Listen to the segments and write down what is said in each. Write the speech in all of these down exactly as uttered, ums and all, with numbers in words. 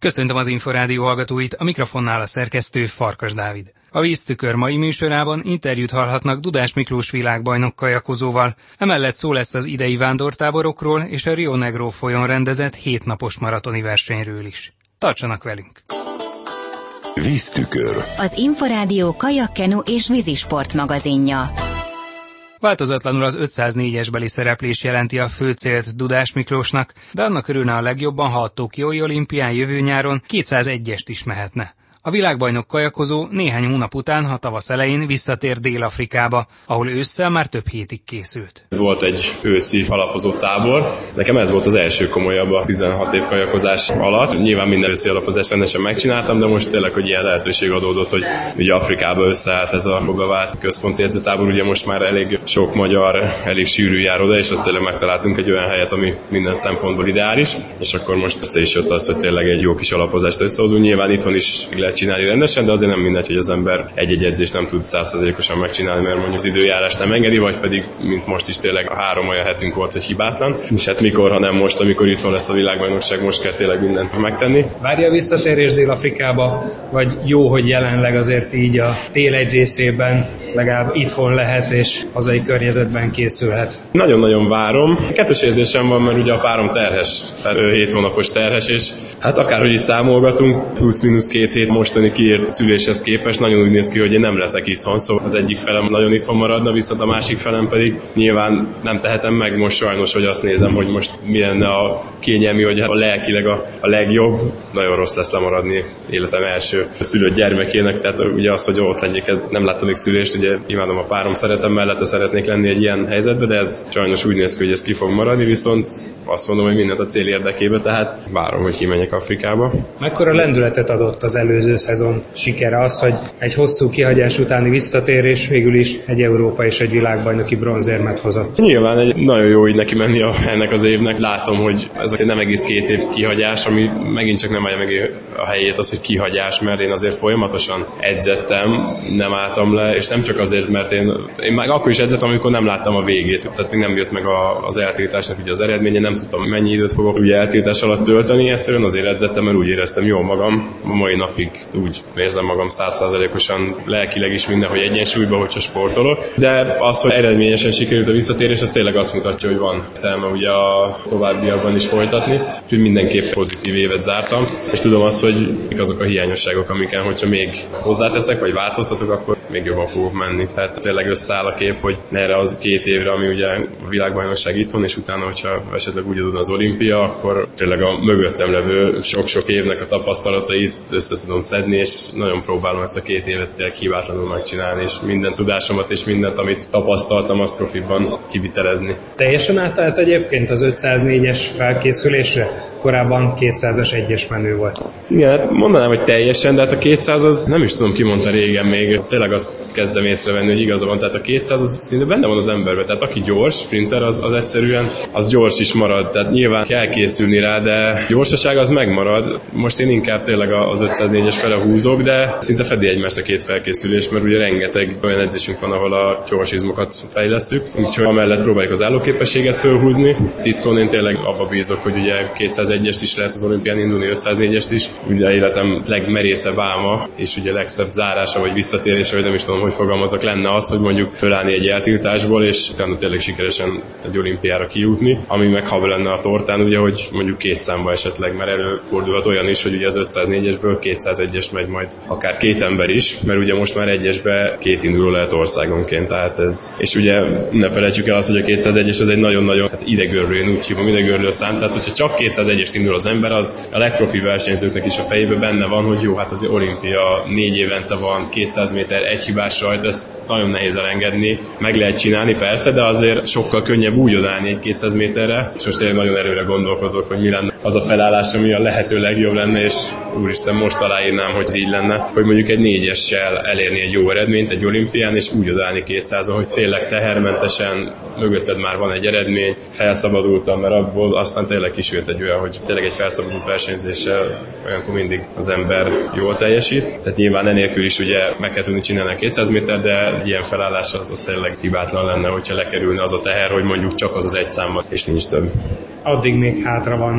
Köszöntöm az Inforádió hallgatóit, a mikrofonnál a szerkesztő Farkas Dávid. A Víztükör mai műsorában interjút hallhatnak Dudás Miklós világbajnok kajakozóval, emellett szó lesz az idei vándortáborokról és a Rio Negro folyón rendezett hétnapos maratoni versenyről is. Tartsanak velünk! Víztükör. Az Inforádió kajak-kenu és vízisport magazinja. Változatlanul az ötszáznégyesbeli szereplés jelenti a fő célt Dudás Miklósnak, de annak örülne a legjobban, ha a Tokiói olimpián jövő nyáron kétszázegyest is mehetne. A világbajnok kajakozó néhány hónap után, a tavasz elején visszatér Dél-Afrikába, ahol ősszel már több hétig készült. Volt egy őszi alapozó tábor. Nekem ez volt az első komolyabb a tizenhat év kajakozás alatt. Nyilván minden őszi alapozást rendesen megcsináltam, de most tényleg, hogy ilyen lehetőség adódott, hogy ugye Afrikába összeállt ez a bevált központi edzőtábor. Ugye most már elég sok magyar, elég sűrű jár oda, és azt tényleg megtaláltunk egy olyan helyet, ami minden szempontból ideális. És akkor most össze is jött az, hogy tényleg egy jó kis alapozást összehozunk. Nyilván itthon is lehet csinálni rendesen, de azért nem mindegy, hogy az ember egy-egy edzést nem tud száz százalékosan megcsinálni, mert mondjuk az időjárás nem engedi, vagy pedig, mint most is tényleg a három olyan hetünk volt, hogy hibátlan. És hát mikor, ha nem most, amikor itthon lesz a világbajnokság, most kell tényleg mindent megtenni. Várja a visszatérés Dél-Afrikába, vagy jó, hogy jelenleg azért így a tél egy részében legalább itthon lehet, és hazai környezetben készülhet? Nagyon-nagyon várom. Kettős érzésem van, mert ugye a párom terhes, tehát hét hónapos terhes, és hát akárhogy is számolgatunk, plusz-minusz két hét mostani kiírt szüléshez képest nagyon úgy néz ki, hogy én nem leszek itthon, szóval az egyik felem nagyon itthon maradna, viszont a másik felem pedig nyilván nem tehetem meg most sajnos, hogy azt nézem, hogy most mi lenne a kényelmi, hogy a lelkileg a, a legjobb. Nagyon rossz lesz lemaradni életem első szülött gyermekének, tehát ugye az, hogy ott legyek, nem láttam még szülést, ugye imádom a párom, szeretem, mellette szeretnék lenni egy ilyen helyzetben, de ez sajnos úgy néz ki, hogy ez ki fog maradni, viszont azt mondom, hogy mindent a cél érdekében, tehát várom, hogy kimenjek Afrikába. Mekkora lendületet adott az előző szezon sikere az, hogy egy hosszú kihagyás utáni visszatérés végül is egy Európa és egy világbajnoki bronzérmet hozott? Nyilván egy nagyon jó így neki menni a, ennek az évnek. Látom, hogy ez nem egész két év kihagyás, ami megint csak nem állja meg a helyét az, hogy kihagyás, mert én azért folyamatosan edzettem, nem álltam le, és nem csak azért, mert én, én már akkor is edzettem, amikor nem láttam a végét. Tehát még nem jött meg a, az eltiltásnak ugye az eredménye, nem tudtam, mennyi időt fogok ugye eltiltás alatt tölteni, egyszerűen azért edzettem, mert úgy éreztem jól magam. A mai napig úgy érzem magam száz százalékosan lelkileg is minden, hogy egyensúlyban, hogyha sportolok. De az, hogy eredményesen sikerült a visszatérés, az tényleg azt mutatja, hogy van telme ugye a továbbiakban is folytatni. Úgyhogy mindenképp pozitív évet zártam, és tudom azt, hogy mik azok a hiányosságok, amiken, hogyha még hozzáteszek, vagy változtatok, akkor még jobban fogok menni. Tehát tényleg összeáll a kép, hogy erre az két évre, ami ugye a világbajnokság itthon, és utána, hogyha esetleg úgy adod az olimpia, akkor tényleg a mögöttem levő sok-sok évnek a tapasztalatait össze tudom szedni, és nagyon próbálom ezt a két évet tényleg hibátlanul megcsinálni, és minden tudásomat és mindent, amit tapasztaltam, azt profiban kivitelezni. Teljesen átállt egyébként az ötszáznégyes felkészülésre? Korábban kétszázas egyes menő volt. Igen, hát mondanám, hogy teljesen, de hát a kétszáz az nem is tudom, ki mondta régen még, tényleg azt kezdem észrevenni, hogy igaza van, tehát a kétszáz az szinte benne van az emberben, tehát aki gyors, sprinter, az, az egyszerűen az gyors is marad, tehát nyilván kell készülni rá, de gyorsaság az megmarad. Most én inkább tényleg az ötszáznégyes fele húzok, de szinte fedi egymást a két felkészülés, mert ugye rengeteg olyan edzésünk van, ahol a gyorsizmokat fejlesszük, úgyhogy amellett próbáljuk az állóképességet fölhúzni. Titkon én tényleg abba bízok, hogy ugye kétszázegyest is lehet az olimpián indulni, ötszáznégyest is. Ugye életem legmerészebb álma, és ugye legszebb zárása vagy visszatérése, vagy nem is tudom, hogy fogalmazok, lenne az, hogy mondjuk fölállni egy eltiltásból, és utána tényleg sikeresen egy olimpiára kijutni, ami meg ha lenne a tortán, ugye, hogy mondjuk két számba esetleg, mert előfordulhat olyan is, hogy ugye az ötszáznégyesből kétszázegyes megy majd akár két ember is, mert ugye most már egyesbe két induló lehet országonként, tehát ez, és ugye ne felejtsük el azt, hogy a kétszázegyes az egy nagyon-nagyon hát idegörlő, én úgy hívom, idegörlő a szám, tehát hogyha csak kétszázegyest indul az ember, az a legprofi versenyzőknek is a fejében benne van, hogy jó, hát az olimpia négy évente van, kétszáz méter, egy hibás rajt, ezt nagyon nehéz elengedni, meg lehet csinálni persze, de azért sokkal könnyebb úgy odállni egy kétszáz méterre, és most én nagyon erőre gondolkozok, hogy mi lenne az a felállás, ami a lehető legjobb lenne, és úristen, most aláírnám, hogy így lenne, hogy mondjuk egy négyessel elérni egy jó eredményt egy olimpián, és úgy odállni kétszázon, hogy tényleg tehermentesen, mögötted már van egy eredmény, felszabadultam, mert abból aztán tényleg kisült egy olyan, hogy tényleg egy felszabadult versenyzéssel olyankor mindig az ember jól teljesít. Tehát nyilván enélkül is ugye meg kell tudni csinálni a kétszáz méter, de egy ilyen felállás az, az tényleg hibátlan lenne, hogyha lekerülne az a teher, hogy mondjuk csak az az egy számban, és nincs több. Addig még hátra van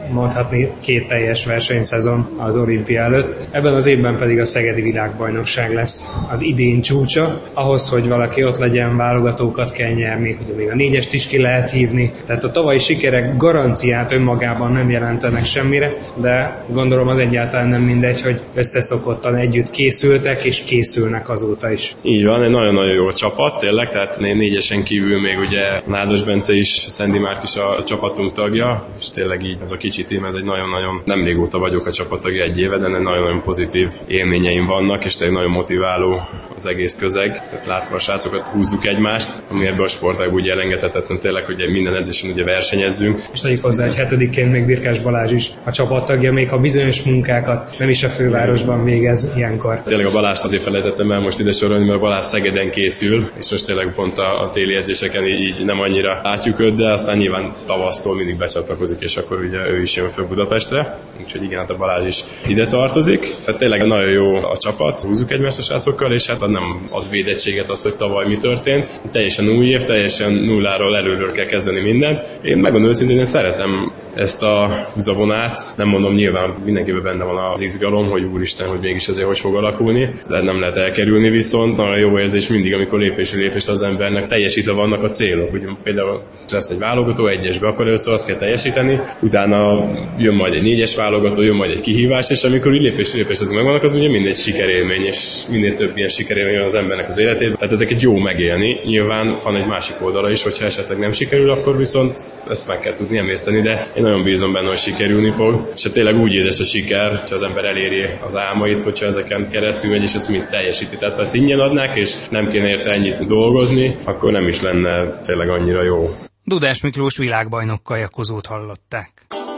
mondhatni két teljes versenyszezon az olimpia előtt. Ebben az évben pedig a Szegedi Világbajnokság lesz az idén csúcsa. Ahhoz, hogy valaki ott legyen, válogatókat kell nyerni, hogy még a négyest is ki lehet hívni. Tehát a tavalyi sikerek garanciát önmagában nem jelentenek semmire, de gondolom az egyáltalán nem mindegy, hogy összeszokottan együtt készültek és készülnek azóta is. Így van, egy nagyon-nagyon jó csapat, tényleg, tehát négyesen kívül még ugye Nádas Bence is, Szendi Márk is a csapatunk tagja, és tényleg így az a kicsi tím, ez egy nagyon-nagyon, nem régóta vagyok a csapattagja, egy éve, de nagyon-nagyon pozitív élményeim vannak, és tényleg nagyon motiváló az egész közeg, tehát látva a srácokat húzzuk egymást, ami ebben a sportágban ugye elengedhetetlen tényleg, hogy minden edzésen ugye versenyezzünk. És tegyük hozzá, hogy hetediként még Birkás Balázs is a csapattagja, még ha bizonyos munkákat nem is a fővárosban végez ilyenkor. Tényleg a Balást azért felejtettem el most ide sorolni, mert a Balázs Szegeden készül, és most tényleg pont a, a téli edzéseken így, így nem annyira látjuk őt, de aztán nyilván tavasztól mindig becsatlakozik, és akkor ugye ő is jön föl Budapestre, úgyhogy igen, hát a Balázs is ide tartozik. Tehát tényleg nagyon jó a csapat, húzzuk egymást a srácokkal, és hát nem ad védettséget az, hogy tavaly mi történt. Teljesen új év, teljesen nulláról előről kell kezdeni mindent. Én megmondom őszintén, én szeretem ezt a húzavonát. Nem mondom, nyilván mindenkiben benne van az izgalom, hogy úristen, hogy mégis ezért hogy fog alakulni. De nem lehet elkerülni, viszont nagyon jó érzés mindig, amikor lépésről lépésre az embernek teljesítve vannak a célok. Ugye például lesz egy válogató, egyesbe akar először azt kell teljesíteni, utána jön majd egy négyes válogató, jön majd egy kihívás, és amikor így lépésről lépésre ezek megvannak, az ugye mindegy sikerélmény, és minél több ilyen sikerélmény van az embernek az életében. Tehát ezeket jó megélni. Nyilván van egy másik oldala is, hogyha esetleg nem sikerül, akkor viszont ezt meg kell tudni emészteni, de én nagyon bízom benne, hogy sikerülni fog. És tényleg úgy édes a siker, hogyha az ember eléri az álmait, hogyha ezeken keresztül megy, és ezt mind teljesíti. Tehát ha ezt ingyen adnák, és nem kéne érte ennyit dolgozni, akkor nem is lenne tényleg annyira jó. Dudás Miklós világbajnok kajakozót hallották.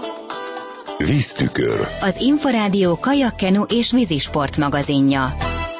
Víztükör. Az Inforádió kajakkenu és vízisport magazinja.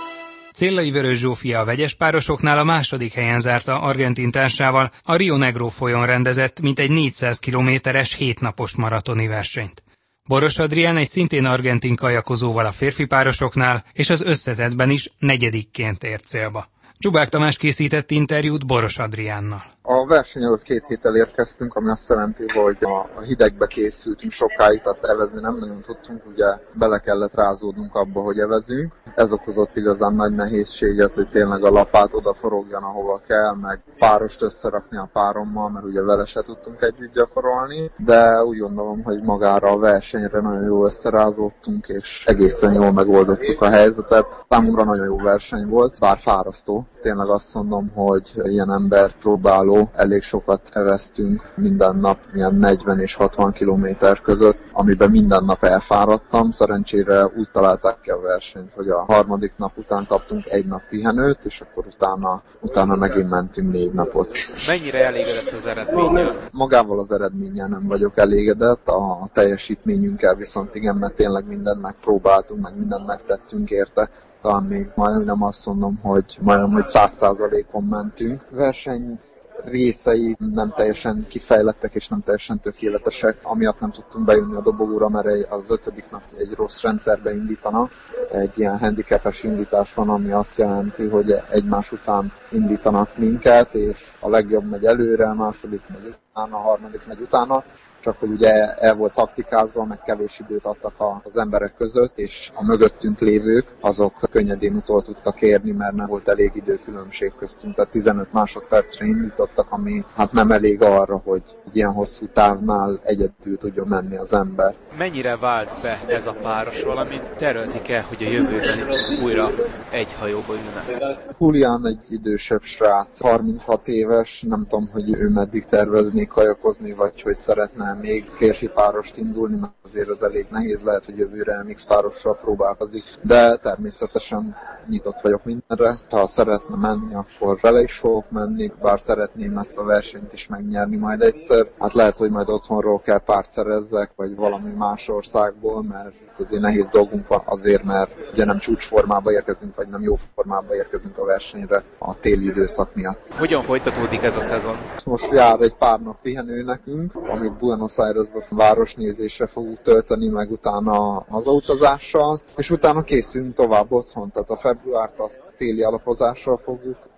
Céllai Vörös Zsófia a vegyespárosoknál a második helyen zárta argentin társával a Rio Negro folyón rendezett mintegy négyszáz kilométeres hétnapos maratoni versenyt. Boros Adrián egy szintén argentin kajakozóval a férfi párosoknál és az összetettben is negyedikként ért célba. Csubák Tamás készített interjút Boros Adriánnal. A verseny előtt két héttel érkeztünk, ami azt jelenti, hogy a hidegbe készültünk sokáig, tehát evezni nem nagyon tudtunk, ugye bele kellett rázódnunk abba, hogy evezünk. Ez okozott igazán nagy nehézséget, hogy tényleg a lapát odaforogjon, ahova kell, meg párost összerakni a párommal, mert ugye vele se tudtunk együtt gyakorolni, de úgy gondolom, hogy magára a versenyre nagyon jól összerázódtunk, és egészen jól megoldottuk a helyzetet. Számunkra nagyon jó verseny volt, bár fárasztó. Tényleg azt mondom, hogy ilyen ember próbáló, elég sokat eveztünk minden nap, ilyen negyven és hatvan kilométer között, amiben minden nap elfáradtam. Szerencsére úgy találták ki a versenyt, hogy a harmadik nap után kaptunk egy nap pihenőt, és akkor utána, utána megint mentünk négy napot. Mennyire elégedett az eredménnyel? Magával az eredménnyel nem vagyok elégedett, a teljesítményünkkel viszont igen, mert tényleg mindent megpróbáltunk, meg mindent megtettünk érte. Talán még majdnem azt mondom, hogy majdnem, hogy száz százalékon mentünk. Verseny részei nem teljesen kifejlettek és nem teljesen tökéletesek, amiatt nem tudtunk bejönni a dobogóra, mert az ötödik nap egy rossz rendszerbe indítanak. Egy ilyen handicapes indítás van, ami azt jelenti, hogy egymás után indítanak minket, és a legjobb megy előre, a második megy utána, a harmadik megy utána. Csak hogy ugye el volt taktikázva, meg kevés időt adtak az emberek között, és a mögöttünk lévők, azok könnyedén utol tudtak érni, mert nem volt elég időkülönbség köztünk. Tehát tizenöt másodpercre indítottak, ami hát nem elég arra, hogy ilyen hosszú távnál egyedül tudjon menni az ember. Mennyire vált be ez a páros, valamint tervezik-e, hogy a jövőben újra egy hajóba ülnek? Julián egy idősebb srác, harminchat éves, nem tudom, hogy ő meddig tervez még kajakozni, vagy hogy szeretne még férfi párost indulni, mert azért az elég nehéz, lehet, hogy jövőre mix párossal próbálkozik, de természetesen nyitott vagyok mindenre. Ha szeretne menni, akkor vele is fogok menni, bár szeretném ezt a versenyt is megnyerni majd egyszer. Hát lehet, hogy majd otthonról kell párt szerezzek, vagy valami más országból, mert azért nehéz dolgunk van azért, mert ugye nem csúcsformába érkezünk, vagy nem jó formába érkezünk a versenyre a téli időszak miatt. Hogyan folytatódik ez a szezon? Most jár egy pár nap pihenő nekünk, amit Buenos Airesbe városnézésre fogunk tölteni, meg utána hazautazással, és utána készülünk tovább otthon, tehát a februárt azt téli alapozással fogjuk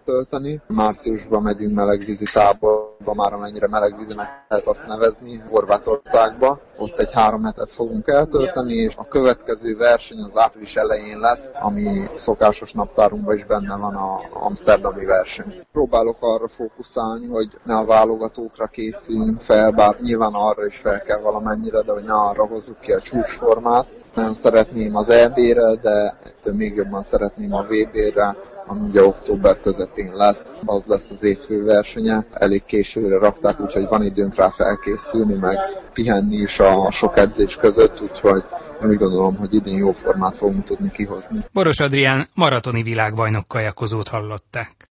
tölteni. Márciusban megyünk melegvízi táborba, már amennyire melegvízinek lehet azt nevezni, Horvátországba. Ott egy három hetet fogunk eltölteni, és a következő verseny az április elején lesz, ami szokásos naptárunkban is benne van, a amszterdami verseny. Próbálok arra fókuszálni, hogy ne a válogatókra készüljünk fel, bár nyilván arra is fel kell valamennyire, de hogy ne arra hozzuk ki a csúcsformát. Nagyon szeretném az é bé-re, de még jobban szeretném a vé bé-re, ami ugye október közepén lesz, az lesz az év főversenye. Elég későre rakták, úgyhogy van időnk rá felkészülni, meg pihenni is a sok edzés között, úgyhogy úgy gondolom, hogy idén jó formát fogunk tudni kihozni. Boros Adrián maratoni világbajnok kajakozót hallották.